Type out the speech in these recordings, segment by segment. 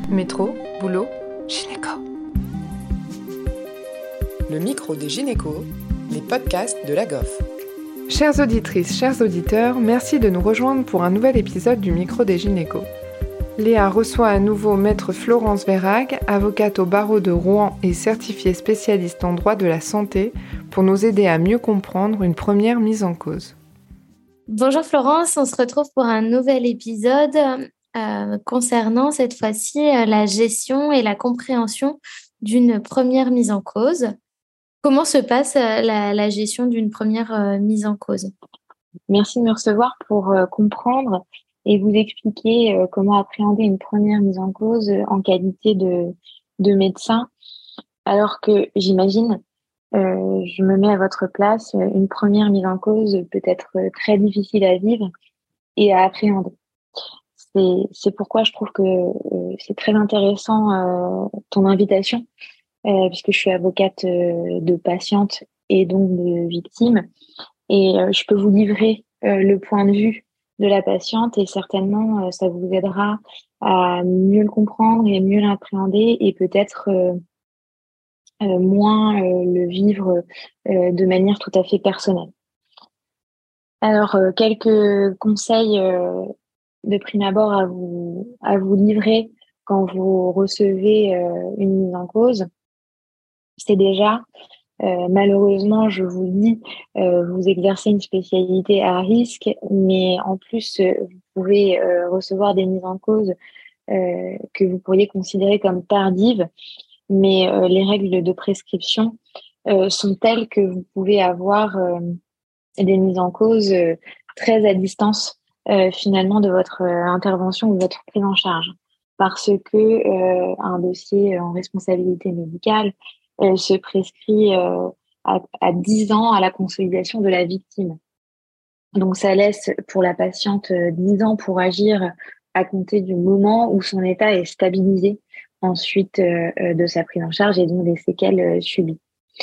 Métro, boulot, gynéco. Le micro des gynécos, les podcasts de la GOF. Chères auditrices, chers auditeurs, merci de nous rejoindre pour un nouvel épisode du micro des gynécos. Léa reçoit à nouveau maître Florence Verhaeghe, avocate au barreau de Rouen et certifiée spécialiste en droit de la santé, pour nous aider à mieux comprendre une première mise en cause. Bonjour Florence, on se retrouve pour un nouvel épisode concernant cette fois-ci la gestion et la compréhension d'une première mise en cause. Comment se passe la gestion d'une première mise en cause? Merci de me recevoir pour comprendre et vous expliquer comment appréhender une première mise en cause en qualité de médecin. Alors que j'imagine, je me mets à votre place, une première mise en cause peut être très difficile à vivre et à appréhender. C'est pourquoi je trouve que c'est très intéressant ton invitation, puisque je suis avocate de patiente et donc de victime. Et je peux vous livrer le point de vue de la patiente et certainement ça vous aidera à mieux le comprendre et mieux l'appréhender et peut-être moins le vivre de manière tout à fait personnelle. Alors, quelques conseils de prime abord à vous livrer quand vous recevez une mise en cause. C'est déjà, malheureusement, je vous le dis, vous exercez une spécialité à risque, mais en plus, vous pouvez recevoir des mises en cause que vous pourriez considérer comme tardives, mais les règles de prescription sont telles que vous pouvez avoir des mises en cause très à distance finalement de votre intervention ou de votre prise en charge, parce que un dossier en responsabilité médicale se prescrit à 10 ans à la consolidation de la victime. Donc ça laisse pour la patiente 10 ans pour agir à compter du moment où son état est stabilisé ensuite de sa prise en charge et donc des séquelles subies.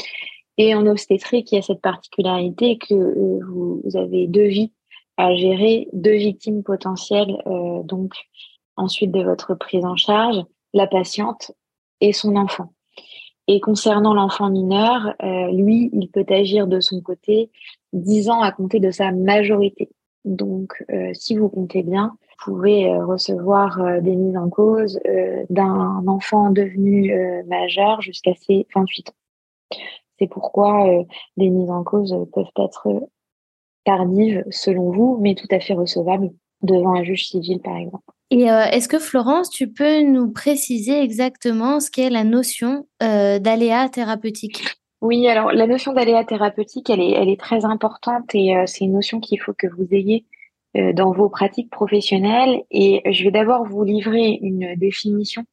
Et en obstétrique, il y a cette particularité que vous avez deux vies à gérer, deux victimes potentielles, donc ensuite de votre prise en charge, la patiente et son enfant. Et concernant l'enfant mineur, lui, il peut agir de son côté 10 ans à compter de sa majorité. Donc, si vous comptez bien, vous pouvez recevoir des mises en cause d'un enfant devenu majeur jusqu'à ses 28 ans. C'est pourquoi des mises en cause peuvent être tardives selon vous, mais tout à fait recevables devant un juge civil, par exemple. Et est-ce que Florence, tu peux nous préciser exactement ce qu'est la notion d'aléa thérapeutique? Oui, alors la notion d'aléa thérapeutique, elle est très importante et c'est une notion qu'il faut que vous ayez dans vos pratiques professionnelles. Et je vais d'abord vous livrer une définition.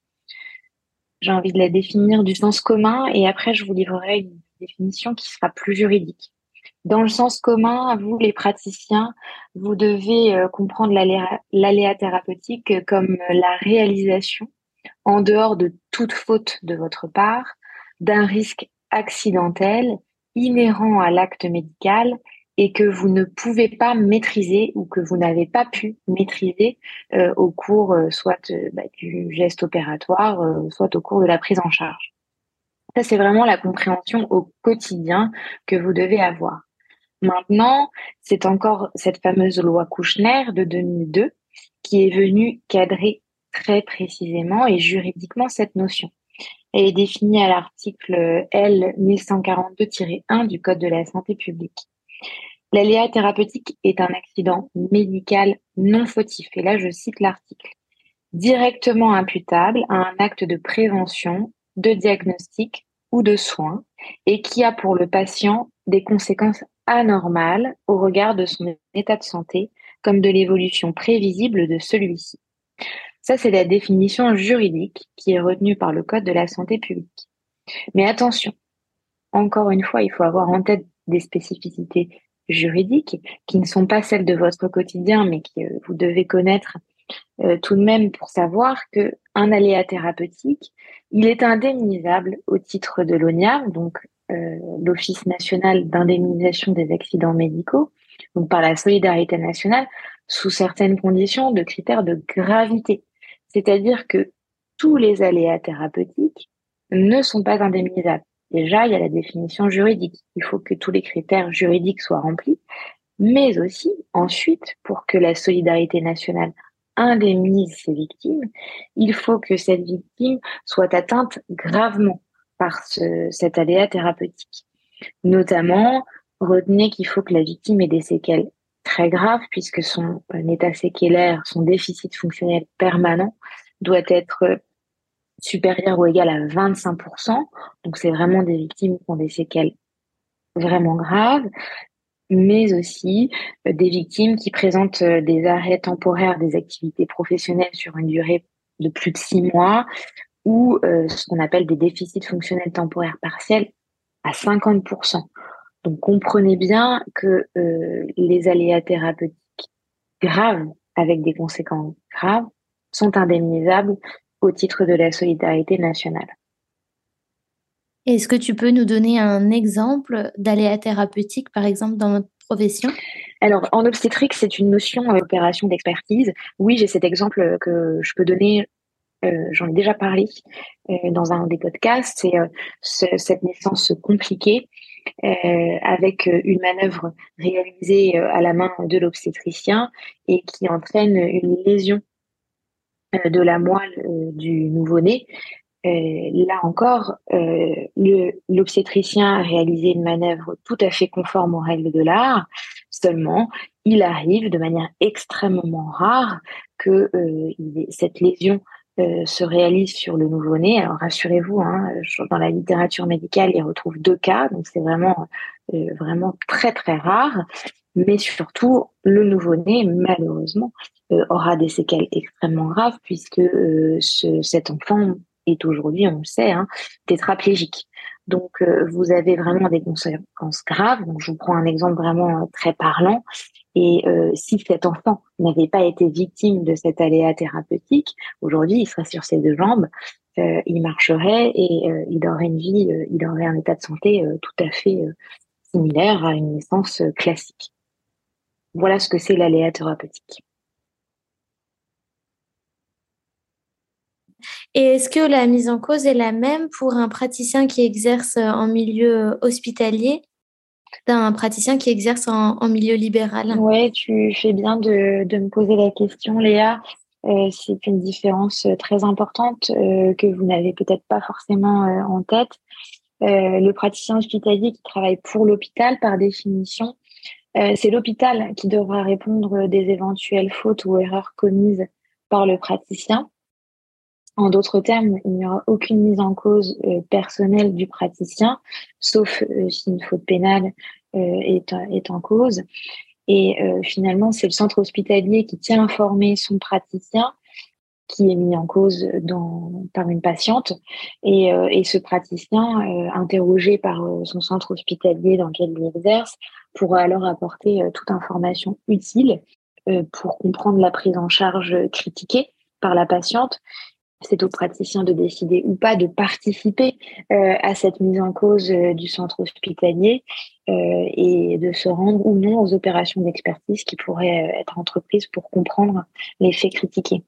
J'ai envie de la définir du sens commun et après je vous livrerai une définition qui sera plus juridique. Dans le sens commun, vous les praticiens, vous devez comprendre l'aléa thérapeutique comme la réalisation, en dehors de toute faute de votre part, d'un risque accidentel inhérent à l'acte médical et que vous ne pouvez pas maîtriser ou que vous n'avez pas pu maîtriser au cours soit du geste opératoire, soit au cours de la prise en charge. Ça, c'est vraiment la compréhension au quotidien que vous devez avoir. Maintenant, c'est encore cette fameuse loi Kouchner de 2002 qui est venue cadrer très précisément et juridiquement cette notion. Elle est définie à l'article L 1142-1 du Code de la santé publique. L'aléa thérapeutique est un accident médical non fautif, et là je cite l'article, directement imputable à un acte de prévention, de diagnostic ou de soins, et qui a pour le patient des conséquences anormales au regard de son état de santé, comme de l'évolution prévisible de celui-ci. Ça, c'est la définition juridique qui est retenue par le Code de la santé publique. Mais attention, encore une fois, il faut avoir en tête des spécificités juridiques qui ne sont pas celles de votre quotidien, mais que vous devez connaître tout de même pour savoir que un aléa thérapeutique, il est indemnisable au titre de l'ONIAM, donc l'Office national d'indemnisation des accidents médicaux, donc par la solidarité nationale, sous certaines conditions de critères de gravité. C'est-à-dire que tous les aléas thérapeutiques ne sont pas indemnisables. Déjà, il y a la définition juridique. Il faut que tous les critères juridiques soient remplis, mais aussi, ensuite, pour que la solidarité nationale indemnise ces victimes, il faut que cette victime soit atteinte gravement par cet aléa thérapeutique. Notamment, retenez qu'il faut que la victime ait des séquelles très graves puisque son état séquelaire, son déficit fonctionnel permanent doit être supérieur ou égal à 25%. Donc, c'est vraiment des victimes qui ont des séquelles vraiment graves, mais aussi des victimes qui présentent des arrêts temporaires des activités professionnelles sur une durée de plus de 6 mois ou ce qu'on appelle des déficits fonctionnels temporaires partiels à 50%. Donc, comprenez bien que les aléas thérapeutiques graves, avec des conséquences graves, sont indemnisables au titre de la solidarité nationale. Est-ce que tu peux nous donner un exemple d'aléa thérapeutique, par exemple, dans notre profession? Alors, en obstétrique, c'est une notion d'opération d'expertise. Oui, j'ai cet exemple que je peux donner. J'en ai déjà parlé dans un des podcasts. C'est cette naissance compliquée avec une manœuvre réalisée à la main de l'obstétricien et qui entraîne une lésion de la moelle du nouveau-né. Là encore, l'obstétricien a réalisé une manœuvre tout à fait conforme aux règles de l'art. Seulement, il arrive de manière extrêmement rare que cette lésion se réalise sur le nouveau-né. Alors rassurez-vous, hein, dans la littérature médicale, il retrouve 2 cas, donc c'est vraiment très très rare. Mais surtout, le nouveau-né, malheureusement, aura des séquelles extrêmement graves puisque cet enfant est aujourd'hui, on le sait, hein, tétraplégique. Donc, vous avez vraiment des conséquences graves. Donc, je vous prends un exemple vraiment très parlant. Et si cet enfant n'avait pas été victime de cet aléa thérapeutique, aujourd'hui, il serait sur ses 2 jambes, il marcherait et il aurait une vie, il aurait un état de santé tout à fait similaire à une naissance classique. Voilà ce que c'est l'aléa thérapeutique. Et est-ce que la mise en cause est la même pour un praticien qui exerce en milieu hospitalier d'un praticien qui exerce en milieu libéral? Ouais, tu fais bien de me poser la question, Léa. C'est une différence très importante que vous n'avez peut-être pas forcément en tête. Le praticien hospitalier qui travaille pour l'hôpital, par définition, c'est l'hôpital qui devra répondre des éventuelles fautes ou erreurs commises par le praticien. En d'autres termes, il n'y aura aucune mise en cause personnelle du praticien, sauf si une faute pénale est en cause. Et finalement, c'est le centre hospitalier qui tient informé son praticien qui est mis en cause par une patiente. Et ce praticien, interrogé par son centre hospitalier dans lequel il exerce, pourra alors apporter toute information utile pour comprendre la prise en charge critiquée par la patiente. C'est au praticien de décider ou pas de participer à cette mise en cause du centre hospitalier et de se rendre ou non aux opérations d'expertise qui pourraient être entreprises pour comprendre les faits critiqués.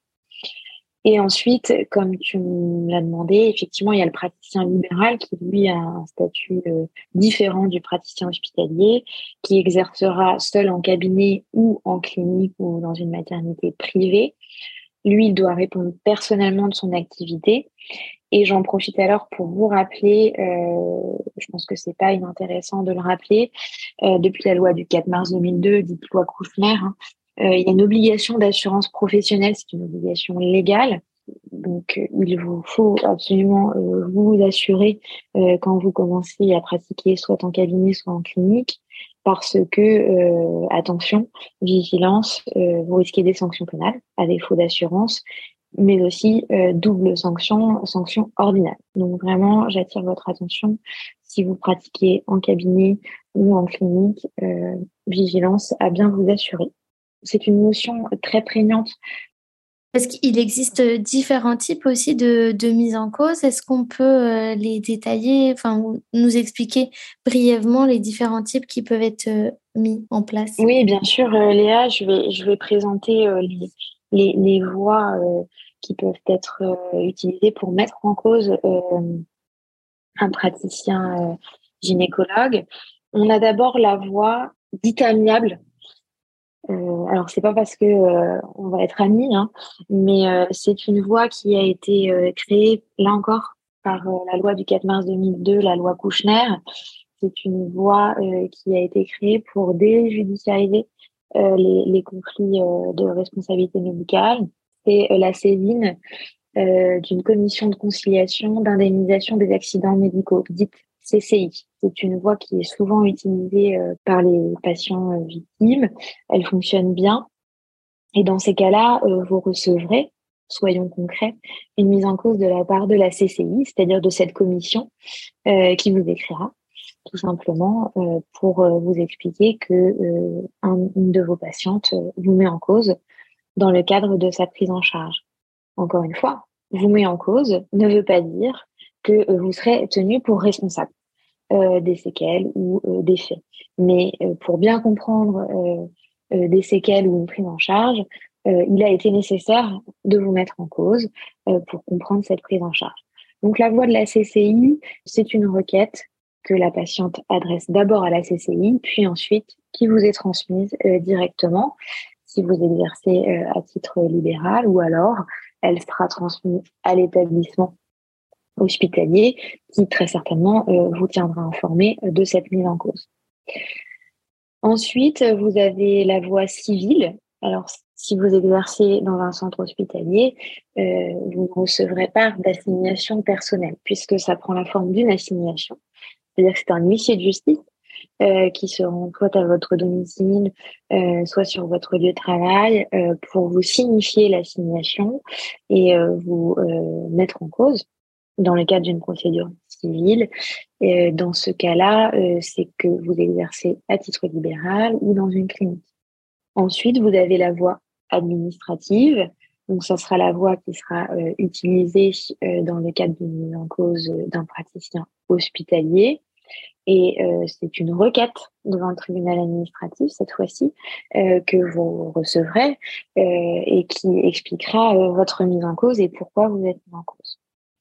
Et ensuite, comme tu me l'as demandé, effectivement, il y a le praticien libéral qui, lui, a un statut différent du praticien hospitalier, qui exercera seul en cabinet ou en clinique ou dans une maternité privée. Lui, il doit répondre personnellement de son activité. Et j'en profite alors pour vous rappeler, je pense que c'est pas inintéressant de le rappeler, depuis la loi du 4 mars 2002, dite loi Kouchner, il y a une obligation d'assurance professionnelle, c'est une obligation légale. Donc, il vous faut absolument vous assurer quand vous commencez à pratiquer soit en cabinet, soit en clinique, parce que, attention, vigilance, vous risquez des sanctions pénales à défaut d'assurance, mais aussi double sanction ordinale. Donc, vraiment, j'attire votre attention si vous pratiquez en cabinet ou en clinique, vigilance à bien vous assurer. C'est une notion très prégnante. Est-ce qu'il existe différents types aussi de mise en cause? Est-ce qu'on peut les détailler, enfin, nous expliquer brièvement les différents types qui peuvent être mis en place? Oui, bien sûr, Léa, je vais présenter les voies qui peuvent être utilisées pour mettre en cause un praticien gynécologue. On a d'abord la voie dite amiable. Alors c'est pas parce que on va être amis, hein, mais c'est une voie qui a été créée là encore par la loi du 4 mars 2002, la loi Kouchner. C'est une voie qui a été créée pour déjudiciariser les conflits de responsabilité médicale. C'est la saisine d'une commission de conciliation d'indemnisation des accidents médicaux, dite CCI. C'est une voie qui est souvent utilisée par les patients victimes. Elle fonctionne bien. Et dans ces cas-là, vous recevrez, soyons concrets, une mise en cause de la part de la CCI, c'est-à-dire de cette commission qui vous écrira tout simplement pour vous expliquer que une de vos patientes vous met en cause dans le cadre de sa prise en charge. Encore une fois, vous met en cause ne veut pas dire que vous serez tenu pour responsable des séquelles ou des faits. Mais pour bien comprendre des séquelles ou une prise en charge, il a été nécessaire de vous mettre en cause pour comprendre cette prise en charge. Donc la voie de la CCI, c'est une requête que la patiente adresse d'abord à la CCI, puis ensuite qui vous est transmise directement si vous exercez à titre libéral, ou alors elle sera transmise à l'établissement hospitalier qui très certainement vous tiendra informé de cette mise en cause. Ensuite, vous avez la voie civile. Alors, si vous exercez dans un centre hospitalier, vous ne recevrez pas d'assignation personnelle puisque ça prend la forme d'une assignation. C'est-à-dire que c'est un huissier de justice qui se rend soit à votre domicile, soit sur votre lieu de travail pour vous signifier l'assignation et vous mettre en cause dans le cadre d'une procédure civile. Dans ce cas-là, c'est que vous exercez à titre libéral ou dans une clinique. Ensuite, vous avez la voie administrative. Donc, ça sera la voie qui sera utilisée dans le cadre d'une mise en cause d'un praticien hospitalier. Et c'est une requête devant le tribunal administratif, cette fois-ci, que vous recevrez et qui expliquera votre mise en cause et pourquoi vous êtes mis en cause.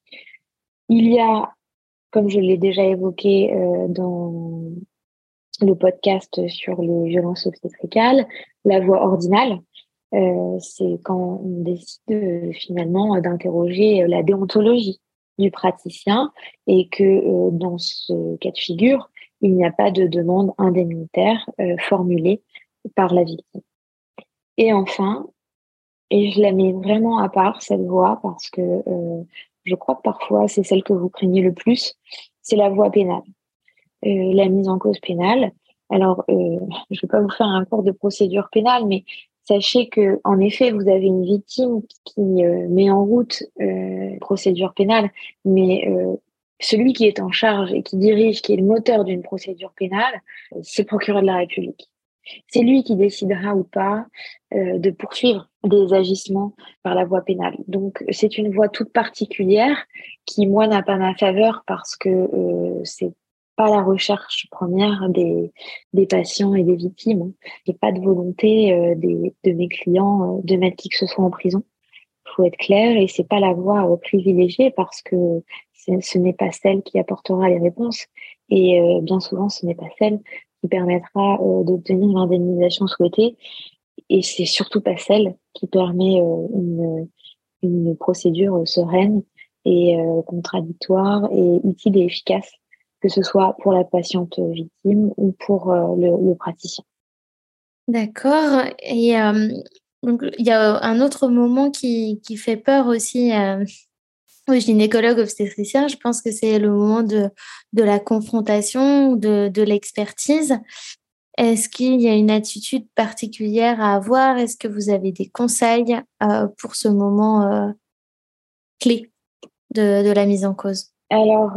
Il y a, comme je l'ai déjà évoqué dans le podcast sur les violences obstétricales, la voie ordinale. C'est quand on décide finalement d'interroger la déontologie du praticien et que dans ce cas de figure, il n'y a pas de demande indemnitaire formulée par la victime. Et enfin, et je la mets vraiment à part, cette voie, parce que je crois que parfois c'est celle que vous craignez le plus, c'est la voie pénale, la mise en cause pénale. Alors, je ne vais pas vous faire un cours de procédure pénale, mais sachez que, en effet, vous avez une victime qui met en route procédure pénale, mais celui qui est en charge et qui dirige, qui est le moteur d'une procédure pénale, c'est le procureur de la République. C'est lui qui décidera ou pas de poursuivre des agissements par la voie pénale. Donc, c'est une voie toute particulière qui, moi, n'a pas ma faveur parce que c'est pas la recherche première des patients et des victimes. Il n'y a pas de volonté de mes clients de mettre qui que ce soit en prison. Il faut être clair, et c'est pas la voie privilégiée parce que ce n'est pas celle qui apportera les réponses, et bien souvent ce n'est pas celle qui permettra d'obtenir l'indemnisation souhaitée, et c'est surtout pas celle qui permet une procédure sereine et contradictoire et utile et efficace, que ce soit pour la patiente victime ou pour le praticien. D'accord. Et donc, il y a un autre moment qui fait peur aussi aux gynécologues obstétriciens. Je pense que c'est le moment de la confrontation, de l'expertise. Est-ce qu'il y a une attitude particulière à avoir? Est-ce que vous avez des conseils pour ce moment clé de la mise en cause? Alors,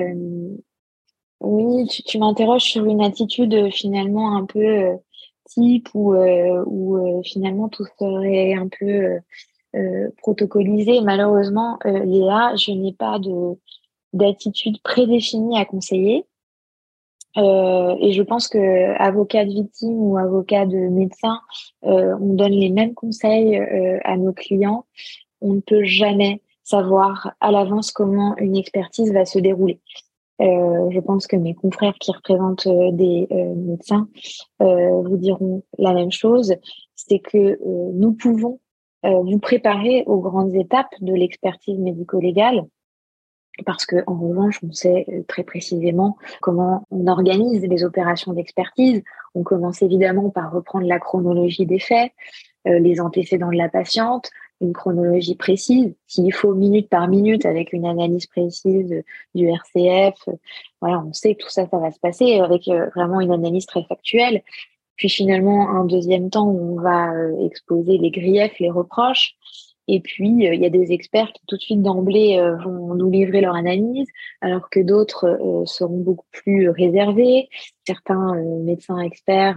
oui, tu m'interroges sur une attitude finalement un peu type où finalement tout serait un peu protocolisé. Malheureusement, Léa, je n'ai pas d'attitude prédéfinie à conseiller. Et je pense que avocat de victime ou avocat de médecin, on donne les mêmes conseils à nos clients. On ne peut jamais savoir à l'avance comment une expertise va se dérouler. Je pense que mes confrères qui représentent des médecins vous diront la même chose, c'est que nous pouvons vous préparer aux grandes étapes de l'expertise médico-légale, parce que en revanche, on sait très précisément comment on organise les opérations d'expertise. On commence évidemment par reprendre la chronologie des faits, les antécédents de la patiente, une chronologie précise, s'il faut minute par minute avec une analyse précise du RCF. Voilà, on sait que tout ça, ça va se passer avec vraiment une analyse très factuelle. Puis finalement, un deuxième temps, on va exposer les griefs, les reproches. Et puis, il y a des experts qui tout de suite d'emblée vont nous livrer leur analyse, alors que d'autres seront beaucoup plus réservés. Certains médecins experts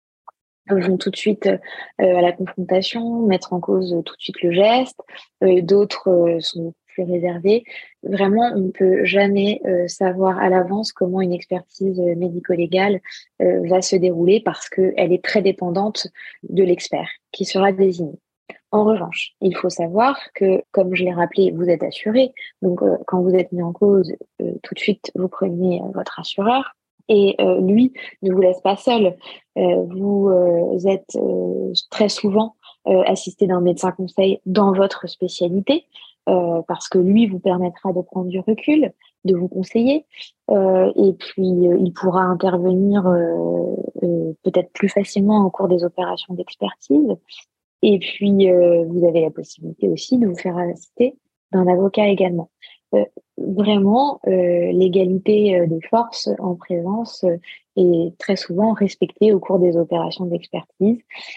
vont tout de suite à la confrontation, mettre en cause tout de suite le geste. D'autres sont plus réservés. Vraiment, on ne peut jamais savoir à l'avance comment une expertise médico-légale va se dérouler parce qu'elle est très dépendante de l'expert qui sera désigné. En revanche, il faut savoir que, comme je l'ai rappelé, vous êtes assuré. Donc, quand vous êtes mis en cause, tout de suite, vous prenez votre assureur. Et lui ne vous laisse pas seul. Vous êtes très souvent assisté d'un médecin conseil dans votre spécialité, parce que lui vous permettra de prendre du recul, de vous conseiller, et puis il pourra intervenir peut-être plus facilement au cours des opérations d'expertise. Et puis vous avez la possibilité aussi de vous faire assister d'un avocat également. Vraiment, l'égalité des forces en présence est très souvent respectée au cours des opérations d'expertise.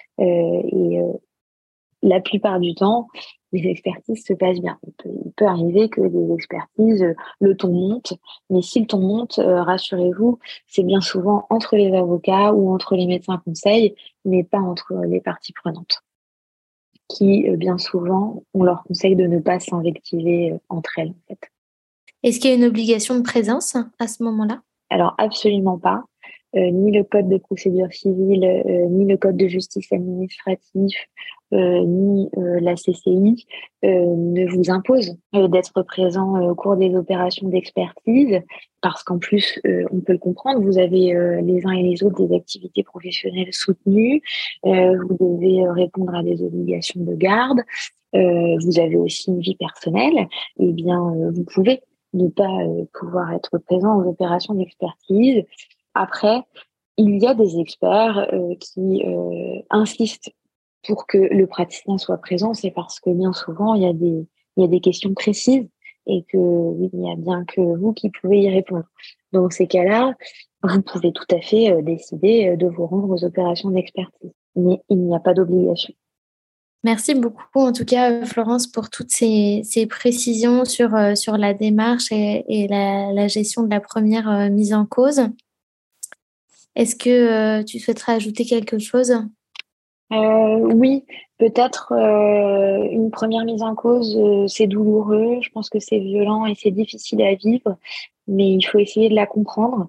La plupart du temps, les expertises se passent bien. Il peut arriver que des expertises, le ton monte, mais si le ton monte, rassurez-vous, c'est bien souvent entre les avocats ou entre les médecins conseils, mais pas entre les parties prenantes, qui bien souvent, on leur conseille de ne pas s'invectiver entre elles, en fait. Est-ce qu'il y a une obligation de présence à ce moment-là? Alors, absolument pas. Ni le code de procédure civile, ni le code de justice administrative, ni la CCI ne vous imposent d'être présent au cours des opérations d'expertise, parce qu'en plus, on peut le comprendre, vous avez les uns et les autres des activités professionnelles soutenues, vous devez répondre à des obligations de garde, vous avez aussi une vie personnelle, et bien vous pouvez ne pas pouvoir être présent aux opérations d'expertise. Après, il y a des experts qui insistent pour que le praticien soit présent. C'est parce que bien souvent, il y a des questions précises et que oui, il n'y a bien que vous qui pouvez y répondre. Dans ces cas-là, vous pouvez tout à fait décider de vous rendre aux opérations d'expertise. Mais il n'y a pas d'obligation. Merci beaucoup, en tout cas, Florence, pour toutes ces précisions sur la démarche et la gestion de la première mise en cause. Est-ce que tu souhaiterais ajouter quelque chose? Oui, peut-être une première mise en cause, c'est douloureux, je pense que c'est violent et c'est difficile à vivre, mais il faut essayer de la comprendre.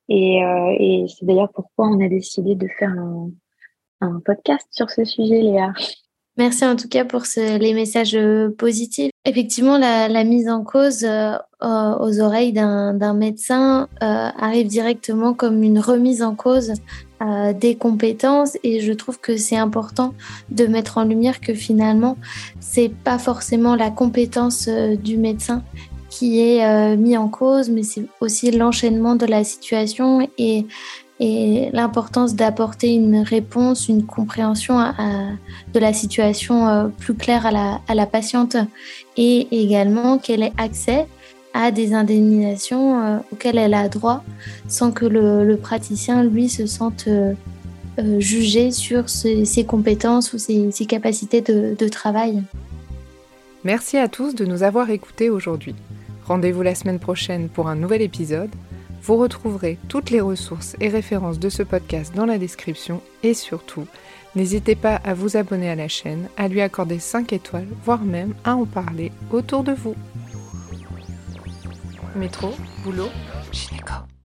Et c'est d'ailleurs pourquoi on a décidé de faire un podcast sur ce sujet, Léa. Merci en tout cas pour les messages positifs. Effectivement, la mise en cause aux oreilles d'un médecin arrive directement comme une remise en cause des compétences, et je trouve que c'est important de mettre en lumière que finalement, c'est pas forcément la compétence du médecin qui est mis en cause, mais c'est aussi l'enchaînement de la situation et l'importance d'apporter une réponse, une compréhension de la situation plus claire à la patiente, et également qu'elle ait accès à des indemnisations auxquelles elle a droit sans que le praticien, lui, se sente jugé sur ses compétences ou ses capacités de travail. Merci à tous de nous avoir écoutés aujourd'hui. Rendez-vous la semaine prochaine pour un nouvel épisode. Vous retrouverez toutes les ressources et références de ce podcast dans la description, et surtout, n'hésitez pas à vous abonner à la chaîne, à lui accorder 5 étoiles, voire même à en parler autour de vous. Métro, boulot, gynéco.